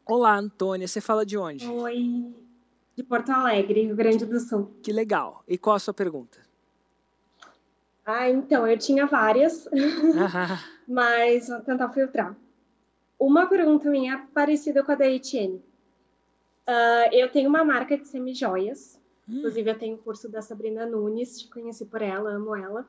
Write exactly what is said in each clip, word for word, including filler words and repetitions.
Olá, Antônia. Você fala de onde? Oi, de Porto Alegre, Rio Grande do Sul. Que legal. E qual a sua pergunta? Ah, então, eu tinha várias, Ah, mas vou tentar filtrar. Uma pergunta minha é parecida com a da Etienne. Uh, eu tenho uma marca de semijoias. hum, Inclusive, eu tenho o curso da Sabrina Nunes, te conheci por ela, amo ela.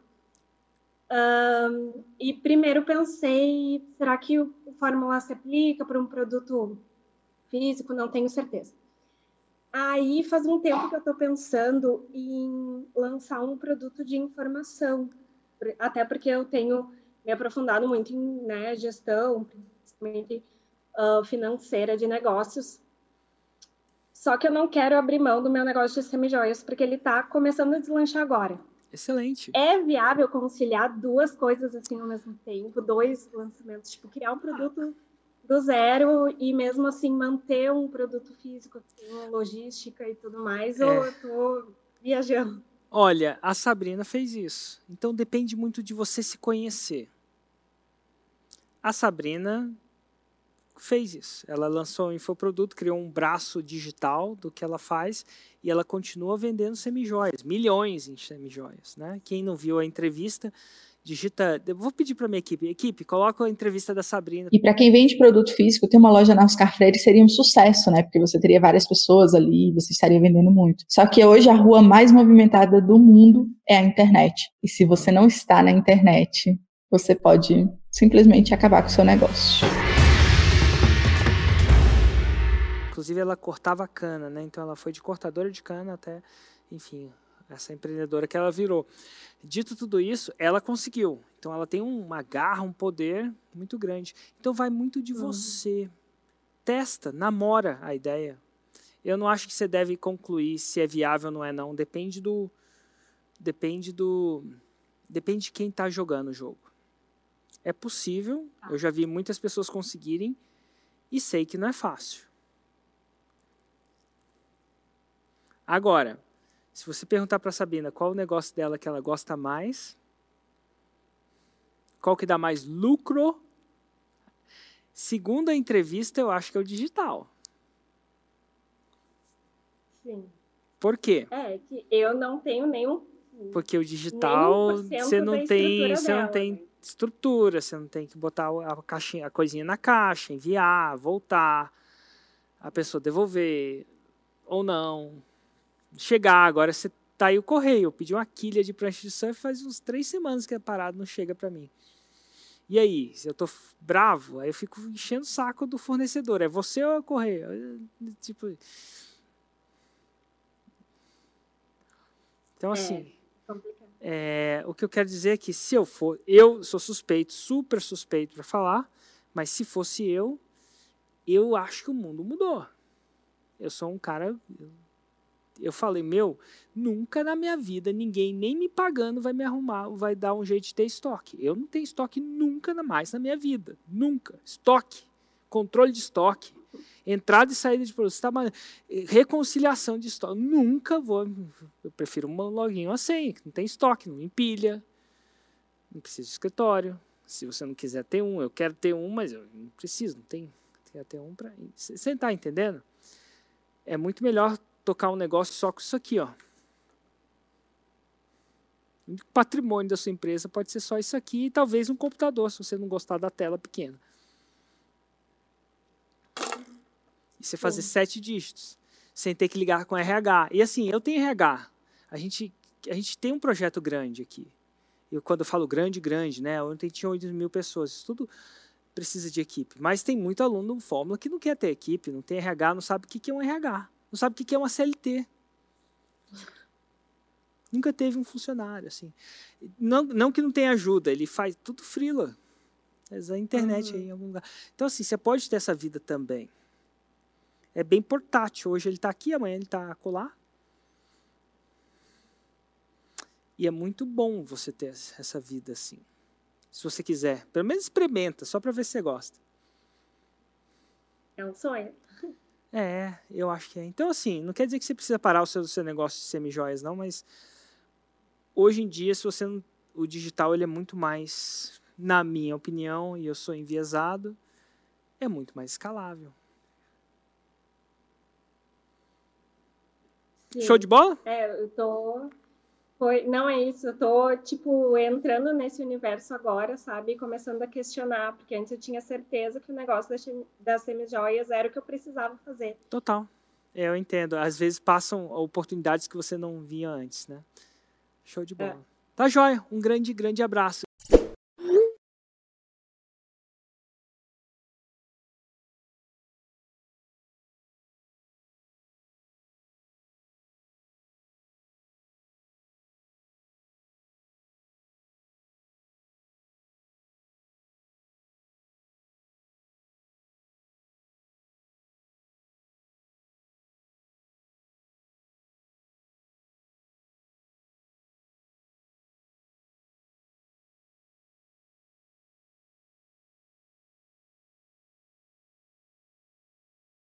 Um, e primeiro pensei, será que o, o Fórmula se aplica para um produto físico? Não tenho certeza. Aí faz um tempo que eu estou pensando em lançar um produto de informação, até porque eu tenho me aprofundado muito em, né, gestão, principalmente uh, financeira de negócios. Só que eu não quero abrir mão do meu negócio de semijoias, porque ele está começando a deslanchar agora. excelente. É viável conciliar duas coisas assim ao mesmo tempo, dois lançamentos, tipo, criar um Ah, produto do zero e mesmo assim manter um produto físico que tem logística e tudo mais, ou é. eu tô viajando? Olha, a Sabrina fez isso. Então depende muito de você se conhecer. A Sabrina fez isso. Ela lançou um infoproduto, criou um braço digital do que ela faz e ela continua vendendo semijoias, milhões em semijoias, né? Quem não viu a entrevista, digita. Eu vou pedir para minha equipe, equipe, coloca a entrevista da Sabrina. E para quem vende produto físico, ter uma loja na Oscar Freire seria um sucesso, né? Porque você teria várias pessoas ali, você estaria vendendo muito. Só que hoje a rua mais movimentada do mundo é a internet. E se você não está na internet, você pode simplesmente acabar com o seu negócio. Inclusive ela cortava cana, né? Então ela foi de cortadora de cana até, enfim, essa empreendedora que ela virou. Dito tudo isso, ela conseguiu. Então ela tem uma garra, um poder muito grande. Então vai muito de você. Testa, namora a ideia. Eu não acho que você deve concluir se é viável ou não é não. Depende do, depende do, depende de quem está jogando o jogo. É possível. Eu já vi muitas pessoas conseguirem e sei que não é fácil. Agora, se você perguntar para a Sabina qual o negócio dela que ela gosta mais, qual que dá mais lucro, segundo a entrevista, eu acho que é o digital. Sim. Por quê? É que eu não tenho nenhum. Porque o digital, você não tem, você dela, não tem né? estrutura, você não tem que botar a, caixinha, a coisinha na caixa, enviar, voltar, a pessoa devolver ou não. Chegar, agora você tá aí o correio. Eu pedi uma quilha de prancha de surf faz uns três semanas que é parado, não chega para mim. E aí, se eu tô bravo, aí eu fico enchendo o saco do fornecedor. É você ou é o correio? Tipo. Então, assim. É, o que eu quero dizer é que se eu for. Eu sou suspeito, super suspeito para falar, mas se fosse eu, eu acho que o mundo mudou. Eu sou um cara. Eu falei, meu, nunca na minha vida ninguém nem me pagando vai me arrumar, vai dar um jeito de ter estoque. Eu não tenho estoque nunca mais na minha vida. Nunca. Estoque. Controle de estoque. Entrada e saída de produtos. Tá, reconciliação de estoque. Nunca vou. Eu prefiro um login ou a senha. Não tem estoque, não empilha. Não precisa de escritório. Se você não quiser ter um, eu quero ter um, mas eu não preciso, não tem. Quero ter um para. Você está entendendo? É muito melhor tocar um negócio só com isso aqui, ó. O patrimônio da sua empresa pode ser só isso aqui e talvez um computador, se você não gostar da tela pequena. E você fazer Sim. sete dígitos, sem ter que ligar com R H. E assim, eu tenho R H. A gente, a gente tem um projeto grande aqui. Eu, quando eu falo grande, grande, né? Ontem tinha oito mil pessoas. Isso tudo precisa de equipe. Mas tem muito aluno no Fórmula que não quer ter equipe, não tem R H, não sabe o que é um R H. Não sabe o que é uma C L T. Nunca teve um funcionário, assim. Não, não que não tenha ajuda, ele faz tudo freela. Faz a internet uhum. aí em algum lugar. Então, assim, você pode ter essa vida também. É bem portátil. Hoje ele está aqui, amanhã ele está acolá. E é muito bom você ter essa vida assim. Se você quiser. Pelo menos experimenta, só para ver se você gosta. É um sonho. É, eu acho que é. Então, assim, não quer dizer que você precisa parar o seu, seu negócio de semijoias, não, mas hoje em dia, se você não, o digital ele é muito mais, na minha opinião, e eu sou enviesado, é muito mais escalável. Sim. Show de bola? É, eu tô... Foi... Não é isso, eu tô, tipo, entrando nesse universo agora, sabe? Começando a questionar, porque antes eu tinha certeza que o negócio das, das semijoias era o que eu precisava fazer. Total. É, eu entendo. Às vezes passam oportunidades que você não via antes, né? Show de bola. É. Tá joia. Um grande, grande abraço.